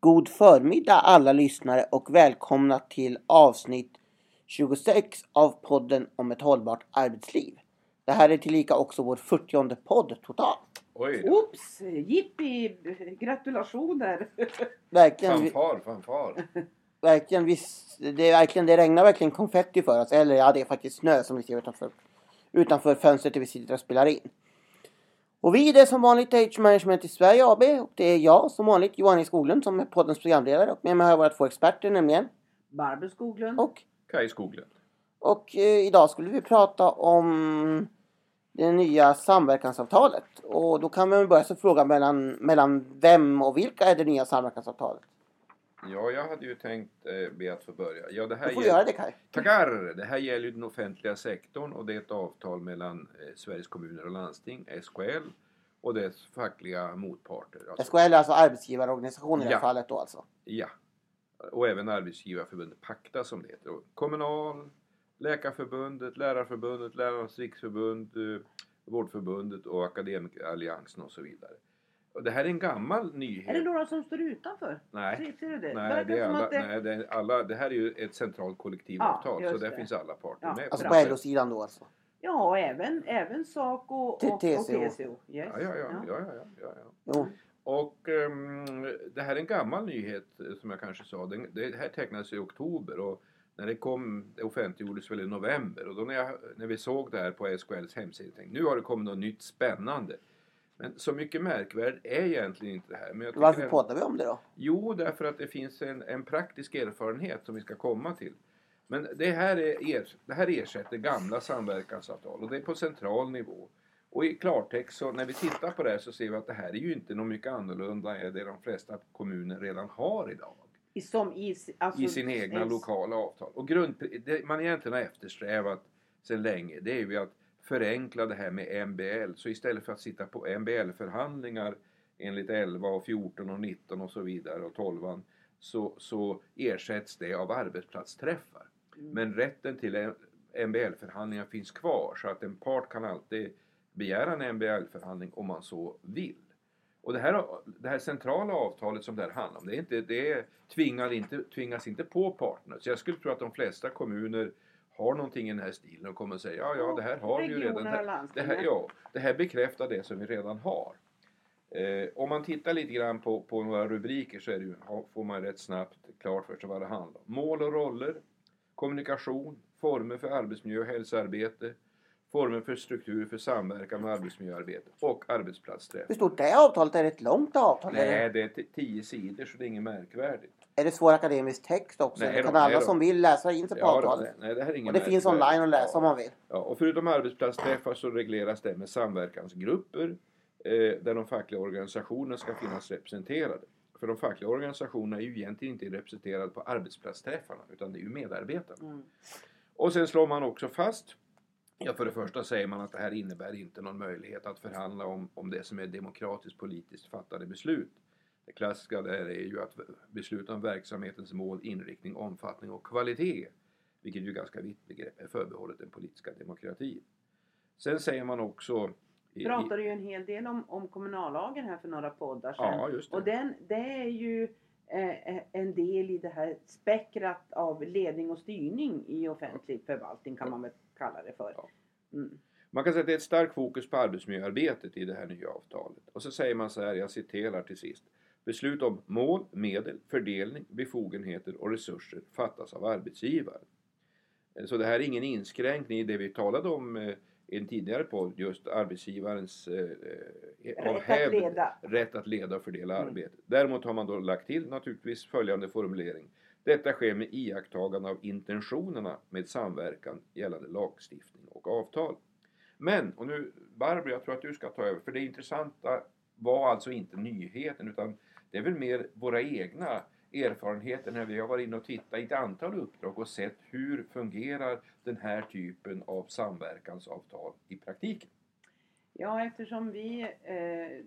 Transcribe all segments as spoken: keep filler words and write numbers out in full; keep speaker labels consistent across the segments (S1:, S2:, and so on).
S1: God förmiddag alla lyssnare och välkomna till avsnitt tjugosex av podden om ett hållbart arbetsliv. Det här är tillika också vår fyrtionde podd totalt.
S2: Oj då.
S3: Oops, jippi, gratulationer.
S1: Verkligen,
S2: Fanfar, fanfar.
S1: verkligen visst, det, är verkligen, det regnar verkligen konfetti för oss. Eller ja, det är faktiskt snö som vi ser utanför, utanför fönstret där vi sitter och spelar in. Och vi är det som vanligt H Management i Sverige A B. Och det är jag som vanligt, Johan i Skoglund, som är poddens programledare. Och med mig har jag våra två experter, nämligen
S3: Barbro Skoglund.
S1: Och,
S2: Kaj Skoglund.
S1: och eh, idag skulle vi prata om det nya samverkansavtalet. Och då kan man börja så fråga mellan, mellan vem och vilka är det nya samverkansavtalet?
S2: Ja, jag hade ju tänkt eh, be att få börja. Ja, det här
S1: Du får
S2: gäll-
S1: göra det, Kaj.
S2: Tackar! Det här gäller ju den offentliga sektorn och det är ett avtal mellan eh, Sveriges kommuner och landsting, S K L, och dess fackliga motparter. Alltså,
S1: S K L är alltså arbetsgivarorganisationen i det
S2: Ja.
S1: här fallet då alltså.
S2: Ja, och även Arbetsgivarförbundet Pacta som det heter. Och Kommunal, Läkarförbundet, Lärarförbundet, Lärarnas riksförbund, eh, Vårdförbundet och Akademikeralliansen och så vidare. Och det här är en gammal nyhet.
S3: Är det några som står utanför?
S2: Nej.
S3: Ser, ser du det?
S2: Nej,
S3: Verkar
S2: det är
S3: som
S2: alla,
S3: att det...
S2: nej det, är alla, det här är ju ett centralt kollektivavtal,
S3: Ja,
S2: så
S3: just
S2: där
S3: det.
S2: finns alla parter
S3: Ja.
S2: med.
S1: Alltså
S2: på
S1: på
S2: det
S1: L O-sidan då alltså.
S3: Ja, och även, även S A C O och,
S1: T-
S3: och, och
S1: T
S3: T
S1: C O.
S3: C O. Yes.
S2: Ja, ja, ja, ja, ja, ja, ja.
S1: Jo.
S2: Och um, det här är en gammal nyhet eh, som jag kanske sa. Den, det här tecknades i oktober och när det kom, det offentliggjordes väl i november. Och då när, jag, när vi såg det här på S K L:s hemsida tänkte jag, nu har det kommit något nytt spännande. Men så mycket märkvärdigt är egentligen inte det här. Men jag tycker
S1: Varför
S2: ändå-
S1: poddar vi om det då?
S2: Jo, därför att det finns en, en praktisk erfarenhet som vi ska komma till. Men det här, är er, det här ersätter gamla samverkansavtal och det är på central nivå. Och i klartext så när vi tittar på det här så ser vi att det här är ju inte något mycket annorlunda än det de flesta kommuner redan har idag.
S3: I, som i, alltså,
S2: I sin egna
S3: en-
S2: lokala avtal. Och grund, det man egentligen har eftersträvat sedan länge, det är ju att förenkla det här med M B L. Så istället för att sitta på M B L-förhandlingar enligt elva och fjorton och nitton och så vidare och tolvan så, så ersätts det av arbetsplatsträffar.
S3: Mm.
S2: Men rätten till M B L-förhandlingar finns kvar så att en part kan alltid begära en M B L-förhandling om man så vill. Och det här, det här centrala avtalet som det här handlar om, det, är inte, det tvingar inte, tvingas inte på parterna. Så jag skulle tro att de flesta kommuner har någonting i den här stilen och kommer att säga ja, ja det här har vi ju redan.
S3: Regioner och
S2: Det här,
S3: landsting.
S2: det här, ja, det här bekräftar det som vi redan har. Eh, om man tittar lite grann på, på några rubriker så är det ju, får man rätt snabbt klart för sig vad det handlar om. Mål och roller, kommunikation, former för arbetsmiljö och hälsoarbete, former för struktur för samverkan och arbetsmiljöarbete och arbetsplatsträff.
S1: Hur stort är avtalet? Är det ett långt avtal? Är
S2: Nej,
S1: det,
S2: det är t- tio sidor så det är inget märkvärdigt.
S1: är det svår akademisk text också?
S2: Nej
S1: Eller kan
S2: då,
S1: alla
S2: nej då.
S1: som vill läsa in sig på
S2: Ja, då,
S1: avtalet?
S2: nej, det här är inget
S1: Och det finns
S2: märkvärdigt.
S1: online att läsa
S2: Ja.
S1: om man vill.
S2: Ja, och förutom arbetsplatsträffar så regleras det med samverkansgrupper eh, där de fackliga organisationerna ska finnas representerade. För de fackliga organisationerna är ju egentligen inte representerade på arbetsplatsträffarna utan det är ju medarbetarna.
S3: Mm.
S2: Och sen slår man också fast, ja för det första säger man att det här innebär inte någon möjlighet att förhandla om, om det som är demokratiskt politiskt fattade beslut. Det klassiska där är ju att beslut om verksamhetens mål, inriktning, omfattning och kvalitet, vilket ju är ganska vitt begrepp, är förbehållet den politiska demokratin. Sen säger man också... i-
S3: Pratade ju en hel del om, om kommunallagen här för några poddar sedan.
S2: Ja, just det.
S3: Och den, det är ju eh, en del i det här spektrat av ledning och styrning i offentlig förvaltning kan man väl kalla det för.
S2: Ja.
S3: Mm.
S2: Man kan säga att det är ett starkt fokus på arbetsmiljöarbetet i det här nya avtalet. Och så säger man så här, jag citerar till sist. Beslut om mål, medel, fördelning, befogenheter och resurser fattas av arbetsgivaren. Så det här är ingen inskränkning i det vi talade om eh, i en tidigare podd, just arbetsgivarens eh,
S3: Rätt
S2: av
S3: att
S2: hävd
S3: leda.
S2: rätt att leda och fördela
S3: Mm.
S2: arbetet. Däremot har man då lagt till naturligtvis följande formulering. Detta sker med iakttagande av intentionerna med samverkan gällande lagstiftning och avtal. Men, och nu Barbro, jag tror att du ska ta över, för det intressanta var alltså inte nyheten utan det är väl mer våra egna erfarenheter när vi har varit inne och tittat i ett antal uppdrag och sett hur fungerar den här typen av samverkansavtal i praktiken.
S3: Ja, eftersom vi, eh,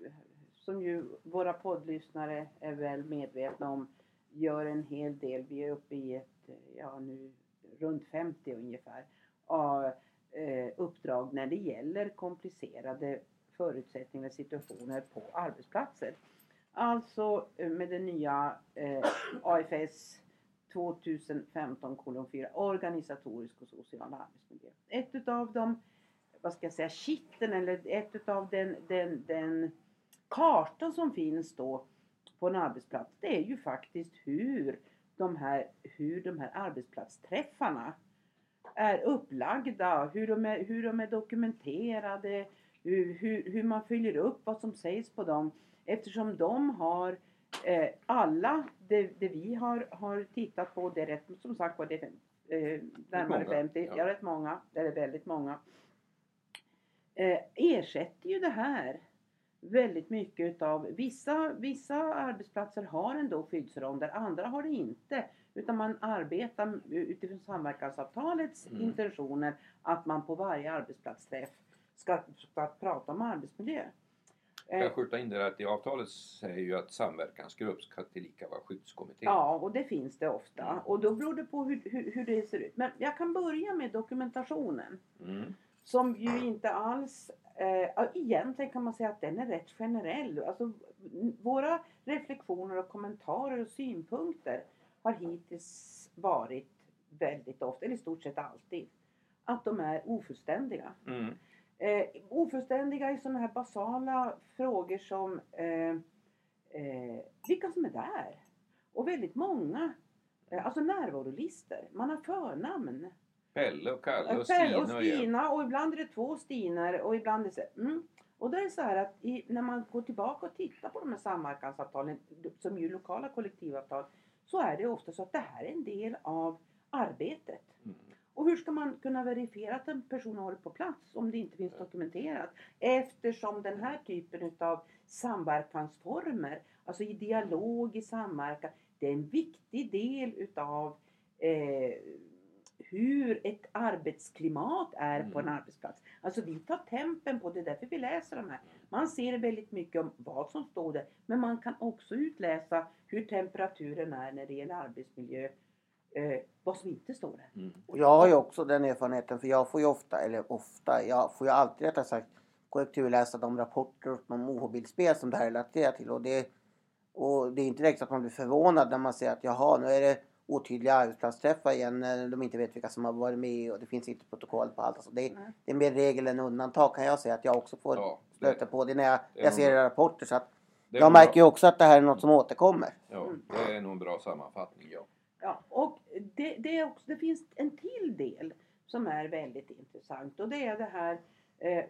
S3: som ju våra poddlyssnare är väl medvetna om, gör en hel del. Vi är uppe i ett, ja nu runt femtio ungefär, av eh, uppdrag när det gäller komplicerade förutsättningar och situationer på arbetsplatser. Alltså eh, med det nya eh, A F S tjugohundrafemton kolon fyra, organisatorisk och social arbetsmiljö. Ett utav de, vad ska jag säga, kitteln eller ett utav den, den, den kartan som finns då på en arbetsplats, det är ju faktiskt hur de här, hur de här arbetsplatsträffarna är upplagda, hur de är, hur de är dokumenterade, hur, hur, hur man följer upp vad som sägs på dem. Eftersom de har eh, alla, det, det vi har, har tittat på, det är rätt, som sagt var det är eh, närmare femtio, ja. ja rätt många, det är väldigt många. Eh, ersätter ju det här väldigt mycket av, vissa, vissa arbetsplatser har ändå skyddsronder, andra har det inte. Utan man arbetar utifrån samverkansavtalets mm. intentioner att man på varje arbetsplatsträff ska, ska prata om arbetsmiljö.
S2: Jag kan skjuta in det att i avtalet säger ju att samverkansgrupp ska tillika vara skyddskommitté.
S3: Ja, och det finns det ofta. Mm. Och då beror det på hur, hur, hur det ser ut. Men jag kan börja med dokumentationen. Mm. Som ju inte alls, eh, egentligen kan man säga att den är rätt generell. Alltså våra reflektioner och kommentarer och synpunkter har hittills varit väldigt ofta, eller i stort sett alltid, att de är ofullständiga. Mm. Eh, ofullständiga i sådana här basala frågor som eh, eh, vilka som är där. Och väldigt många, eh, alltså närvarolister. Man har förnamn.
S2: Pelle och Kalle och
S3: Pelle
S2: Stina.
S3: och Stina och ibland är det två Stinor och ibland är det så. Mm. Och då är det så här att i, när man går tillbaka och tittar på de här samverkansavtalen, som ju lokala kollektivavtal, så är det ofta så att det här är en del av arbetet. Mm. Och hur ska man kunna verifiera att en person har varit på plats om det inte finns dokumenterat? Eftersom den här typen av samverkansformer, alltså i dialog, i samverkan, det är en viktig del utav eh, hur ett arbetsklimat är mm. på en arbetsplats. Alltså vi tar tempen på det, därför vi läser de här. Man ser väldigt mycket om vad som står där, men man kan också utläsa hur temperaturen är när det gäller arbetsmiljö. Eh, vad som inte står där.
S1: Mm. Och jag har ju också den erfarenheten, för jag får ju ofta, eller ofta, jag får ju alltid rättare sagt korrekturläsa de rapporter och de O H-bildspel som det här relaterar till. Och det, och det är inte direkt så att man blir förvånad när man ser att jaha, nu är det otydliga arbetsplatsträffar igen när de inte vet vilka som har varit med och det finns inte protokoll på allt. Alltså det, mm. det är mer regel än undantag, kan jag säga att jag också får ja, stöta på det när jag, det jag ser någon... rapporter. Så att jag märker ju också att det här är något som återkommer.
S2: Ja, det är nog en bra sammanfattning, ja.
S3: Ja, och det, det, är också, det finns en till del som är väldigt intressant. Och det är det här, eh,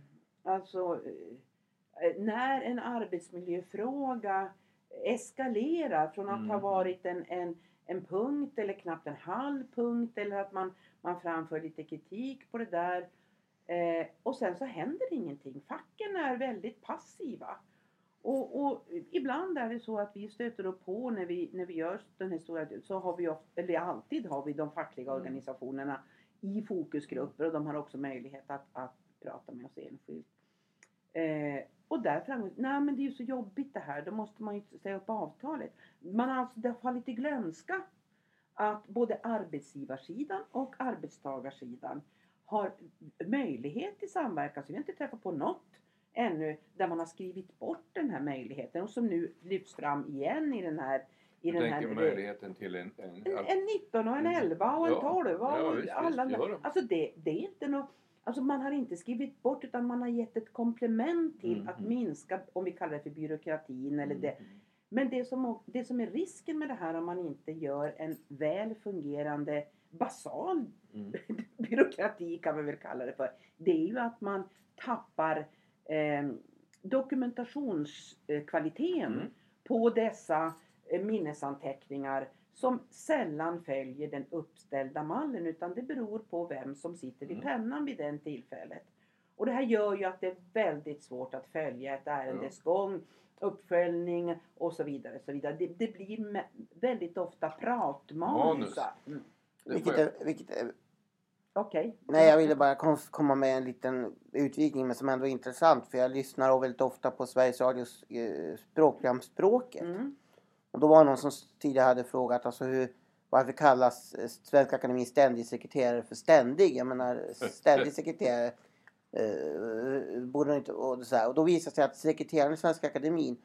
S3: alltså eh, när en arbetsmiljöfråga eskalerar från att mm. ha varit en, en, en punkt eller knappt en halv punkt. Eller att man, man framför lite kritik på det där. Eh, och sen så händer ingenting. Facken är väldigt passiva. Och, och ibland är det så att vi stöter upp på när vi, när vi gör den här stora, så har vi ofta, eller alltid har vi de fackliga mm. organisationerna i fokusgrupper, och de har också möjlighet att, att prata med oss enskilt. Eh, och där framgår, nej men det är ju så jobbigt det här, då måste man ju säga upp avtalet. Man har alltså, det har fallit i glömska att både arbetsgivarsidan och arbetstagarsidan har möjlighet till samverkan, så vi har inte träffat på något ännu där man har skrivit bort den här möjligheten och som nu lyfts fram igen i den här i
S2: du
S3: den
S2: tänker
S3: här
S2: möjligheten till en en,
S3: en, en nitton och en elva och en
S2: ja,
S3: tolv och
S2: ja, visst,
S3: alla
S2: visst,
S3: de, alltså det, det är inte något, alltså man har inte skrivit bort utan man har gett ett komplement till mm. att minska, om vi kallar det för byråkratin eller mm. det. Men det som, det som är risken med det här om man inte gör en väl fungerande basal mm. byråkrati kan man väl kalla det för, det är ju att man tappar Eh, dokumentationskvaliteten mm. på dessa eh, minnesanteckningar som sällan följer den uppställda mallen, utan det beror på vem som sitter vid pennan vid den tillfället. Och det här gör ju att det är väldigt svårt att följa ett ärendes ja. gång, uppföljning och så vidare. Så vidare. Det, det blir me- väldigt ofta pratmanus. Mm.
S1: Vilket är, vilket är
S3: Okay.
S1: Nej, jag ville bara komma med en liten utvikning, men som ändå är intressant, för jag lyssnar väldigt ofta på Sveriges Radios eh, språkprogram Språket. Mm. Och då var någon som tidigare hade frågat alltså hur, varför kallas Svenska Akademins ständig sekreterare för ständig? Jag menar, ständig sekreterare eh, borde inte, och, så här. Och då visar sig att sekreteraren i Svenska Akademin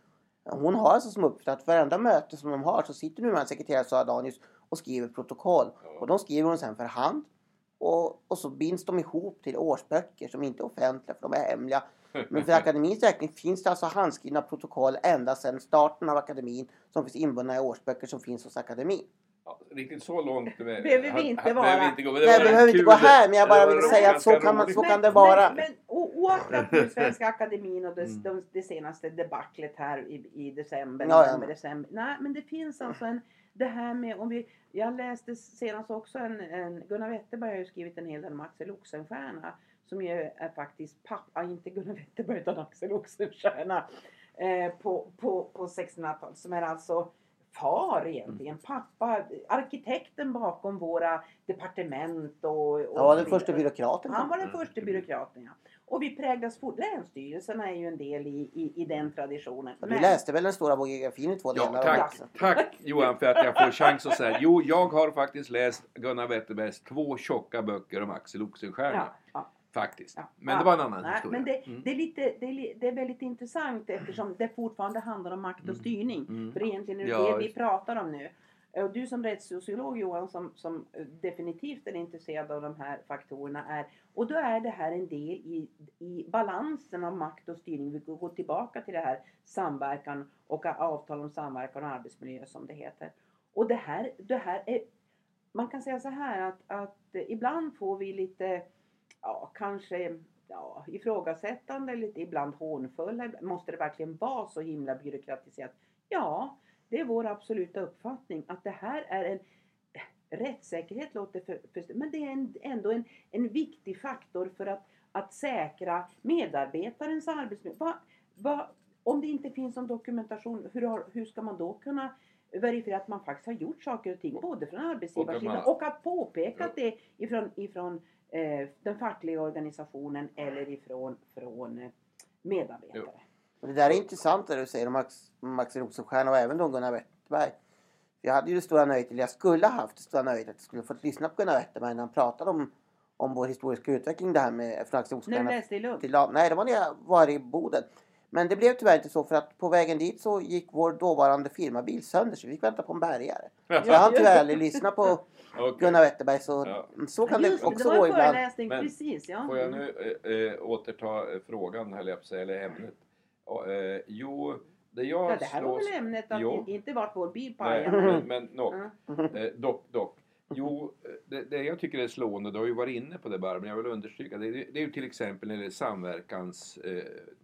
S1: Hon har alltså som uppgift att varenda möte som de har så sitter nu med sekreterare Sara Danius och skriver protokoll.
S2: Ja.
S1: Och de skriver hon sen för hand. Och, och så binds de ihop till årsböcker som inte är offentliga för de är hemliga. Men för akademins räkning finns det alltså handskrivna protokoll ända sedan starten av akademin som finns inbundna i årsböcker som finns hos akademin.
S2: Ja, riktigt så långt med,
S3: Behöver vi inte vara.
S2: behöver vi inte gå. Men det
S1: Nej,
S2: var
S1: behöver inte
S2: kul.
S1: gå här, men jag bara
S2: Det var
S1: vill säga att
S2: ganska
S1: så kan, man,
S2: roligt.
S1: så kan det vara.
S3: Men, men o- oaktat nu Svenska Akademin och det,
S1: Mm.
S3: de, det senaste debaclet här i, i december,
S1: Ja, ja.
S3: november, december. Nej, men det finns alltså en, det här med, om vi, jag läste senast också en, en Gunnar Wetterberg har ju skrivit en hel del om Axel Oxenstierna. Som ju är faktiskt pappa, inte Gunnar Wetterberg utan Axel Oxenstierna. Eh, på, på, på sextonhundratalet. Som är alltså far egentligen, pappa, arkitekten bakom våra departement och... och
S1: Ja, var den första byråkraten.
S3: Han var den första byråkraten, ja. Och vi präglas fort, länsstyrelserna är ju en del i, i, i den traditionen.
S1: Du läste väl den stora biografin i två
S2: Ja,
S1: delar?
S2: tack,
S1: också?
S2: tack Johan för att jag får chans att säga. Jo, jag har faktiskt läst Gunnar Wetterbergs två tjocka böcker om Axel Oxenstierna.
S3: Ja, ja.
S2: Faktiskt.
S3: Ja.
S2: Men
S3: Ja.
S2: det var en annan
S3: Nej,
S2: historia.
S3: men det,
S2: Mm.
S3: det, är lite, det, är, li- det är väldigt intressant eftersom det fortfarande handlar om makt och styrning.
S2: Mm.
S3: För egentligen är det
S2: Ja,
S3: det vi
S2: just.
S3: pratar om nu. Och du som rättssociolog Johan som, som definitivt är intresserad av de här faktorerna är. Och då är det här en del i, i balansen av makt och styrning. Vi går tillbaka till det här samverkan och avtal om samverkan och arbetsmiljö som det heter. Och det här, det här är, man kan säga så här att, att ibland får vi lite, ja kanske ja, ifrågasättande, lite ibland hånfulla. Måste det verkligen vara så himla byråkratiserat? Ja, det är vår absoluta uppfattning att det här är en rättssäkerhet låter för, för men det är en, ändå en, en viktig faktor för att, att säkra medarbetarens arbetsmiljö. Va, va, om det inte finns någon dokumentation, hur, har, hur ska man då kunna verifiera att man faktiskt har gjort saker och ting både från arbetsgivarsidan och, och att påpeka ja. det ifrån, ifrån eh, den fackliga organisationen eller ifrån från, eh, medarbetare. Jo.
S1: Och det där är intressant det du säger om Max, Max Rosenstierna och även då Gunnar Wetterberg. Jag hade ju det stora nöjet, eller jag skulle ha haft det stora nöjet att jag skulle fått lyssna på Gunnar Wetterberg när han pratade om, om vår historiska utveckling det här med från Axel Oxenstierna.
S3: När du läste i Lund?
S1: Till, nej, det var när jag var i Boden. Men det blev tyvärr inte så för att på vägen dit så gick vår dåvarande firmabil sönder så vi fick vänta på en bärgare. Så jag hann tyvärr aldrig lyssna på okay. Gunnar Wetterberg så, ja. så kan
S3: Just,
S1: det också
S3: det
S1: gå ibland.
S2: Men
S3: precis, ja.
S2: Får jag nu äh, återta frågan eller, eller ämnet? Och, äh, jo, det jag
S3: ja, det här
S2: slås...
S3: var väl ämnet att
S2: jo.
S3: det inte vart vår bil på
S2: Nej, men, men no.
S3: mm.
S2: äh, dock, dock. Jo, det, det jag tycker är slående, du har ju varit inne på det bara, men jag vill understryka det. Det, det är ju till exempel när det är samverkans... Äh,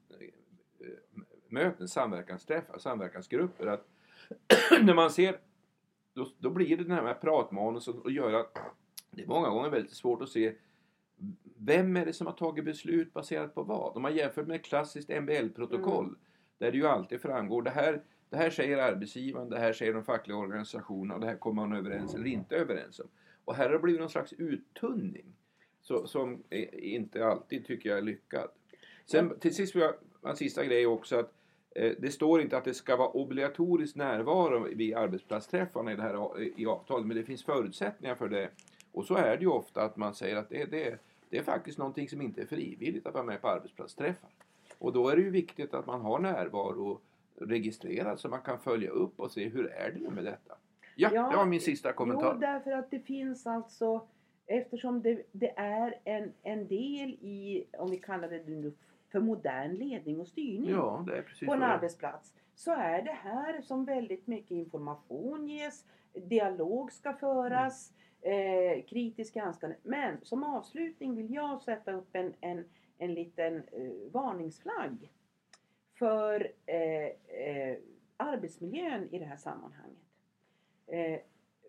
S2: möten, samverkansträffar, samverkansgrupper att när man ser då, då blir det den här med pratmanus och, och gör att det är många gånger väldigt svårt att se vem är det som har tagit beslut baserat på vad. Om man jämför med ett klassiskt M B L-protokoll mm. där det ju alltid framgår det här, det här säger arbetsgivaren, det här säger de fackliga organisationerna och det här kommer man överens eller inte överens om. Och här har det blivit någon slags uttunning så, som inte alltid tycker jag är lyckad. Sen till sist vill jag en sista grej också att eh, det står inte att det ska vara obligatorisk närvaro vid arbetsplatsträffarna i det här i avtalet, men det finns förutsättningar för det. Och så är det ju ofta att man säger att det, det, det är faktiskt någonting som inte är frivilligt att vara med på arbetsplatsträffar. Och då är det ju viktigt att man har närvaro registrerad så man kan följa upp och se hur är det nu med detta. Ja, ja det var min sista kommentar.
S3: Jo, därför att det finns alltså, eftersom det, det är en, en del i, om vi kallar det nu för modern ledning och styrning
S2: ja, det är precis
S3: på en
S2: det.
S3: arbetsplats. Så är det här som väldigt mycket information ges, dialog ska föras, mm. eh, kritisk granskande. Men som avslutning vill jag sätta upp en, en, en liten eh, varningsflagg för eh, eh, arbetsmiljön i det här sammanhanget. Eh,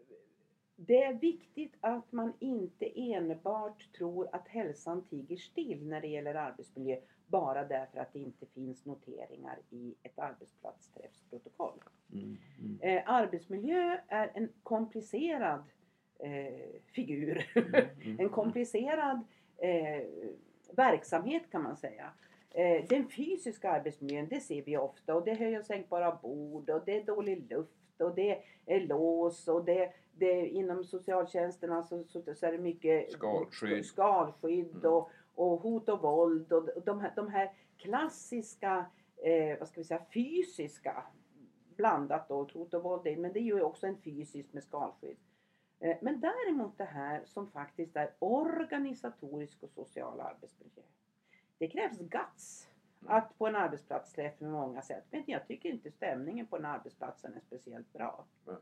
S3: Det är viktigt att man inte enbart tror att hälsan tiger still när det gäller arbetsmiljö bara därför att det inte finns noteringar i ett arbetsplatsträffsprotokoll. Mm, mm. Eh, arbetsmiljö är en komplicerad eh, figur, mm, mm, en komplicerad eh, verksamhet kan man säga. Eh, den fysiska arbetsmiljön, det ser vi ofta och det är höj- och sänkbara bord och det är dålig luft och det är lås och det Det, inom socialtjänsterna så, så, så är det mycket
S2: skalskydd,
S3: skalskydd och, och hot och våld och de här, de här klassiska eh, vad ska vi säga, fysiska blandat då, hot och våld, men det är ju också en fysisk med skalskydd. Eh, men däremot det här som faktiskt är organisatorisk och social arbetsmiljö. Det krävs guts att på en arbetsplats träffa med många sätt. Men jag tycker inte stämningen på en arbetsplats är speciellt bra.
S2: Mm.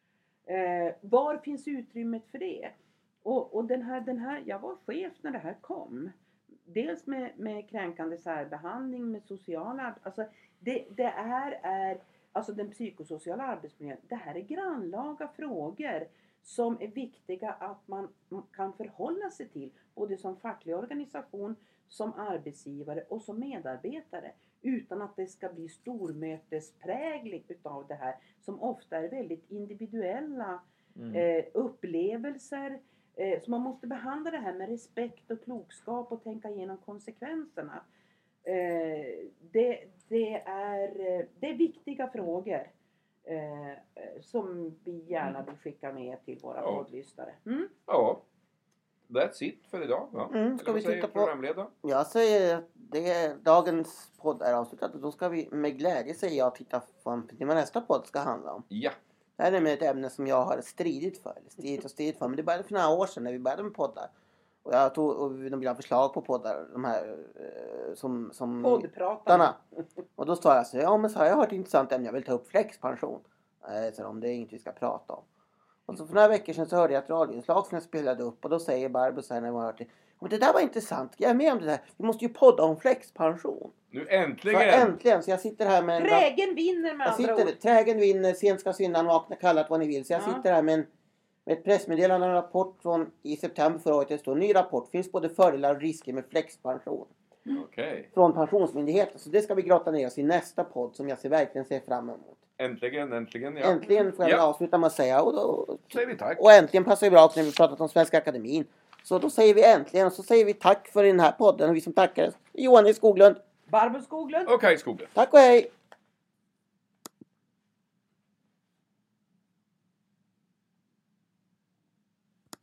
S3: Eh, var finns utrymmet för det? Och, och den här, den här, jag var chef när det här kom. Dels med, med kränkande särbehandling, med sociala, alltså det, det är, är alltså den psykosociala arbetsmiljön. Det här är grannlaga frågor som är viktiga att man kan förhålla sig till. Både som facklig organisation, som arbetsgivare och som medarbetare. Utan att det ska bli stormötesprägling utav det här. Som ofta är väldigt individuella mm. eh, upplevelser. Eh, så man måste behandla det här med respekt och klokskap och tänka igenom konsekvenserna. Eh, det, det, är, det är viktiga frågor. Eh, som vi gärna vill skicka med till våra
S2: ja.
S3: poddlyssnare. Mm?
S2: Ja. That's it för idag. Va?
S1: Mm, ska vi titta på? Jag säger att det, dagens podd är avslutad. Och då ska vi med glädje säga att titta på vad nästa podd ska handla om.
S2: Ja.
S1: Det här är med ett ämne som jag har stridit för. Eller stridit och stridit för. Men det började för några år sedan när vi började med poddar. Och jag tog och de ville ha förslag på poddar. De här som... som
S3: poddpratarna.
S1: Och då sa jag så ja men så här, jag har ett intressant ämne. Jag vill ta upp flexpension. Nej, så om det är inget vi ska prata om. Och så för några veckor sedan så hörde jag ett radioinslag som jag spelade upp. Och då säger Barbro så här när man hört det. Men det där var intressant. Jag är med om det där. Vi måste ju podda om flexpension.
S2: Nu äntligen!
S1: Så äntligen. Så jag sitter här med... En,
S3: trägen vinner med
S1: jag
S3: andra
S1: sitter,
S3: ord.
S1: Trägen vinner. Sent ska syndan vakna. Kallat vad ni vill. Så jag
S3: ja.
S1: sitter här med, en, med ett pressmeddelande och en rapport från i september förra året. Det står ny rapport. Finns både fördelar och risker med flexpension.
S2: Mm. Okay.
S1: Från Pensionsmyndigheten. Så det ska vi grotta ner oss i nästa podd. Som jag ser verkligen ser fram emot.
S2: Äntligen, äntligen. Ja.
S1: Äntligen får jag
S2: ja.
S1: avsluta med att säga. Och, då,
S2: säger vi tack.
S1: Och äntligen passar ju bra när vi pratat om Svenska Akademin. Så då säger vi äntligen. Och så säger vi tack för den här podden. Och vi som tackar Johan i Skoglund.
S3: Barbro Skoglund.
S2: Okej, okay, Skoglund.
S1: Tack och hej.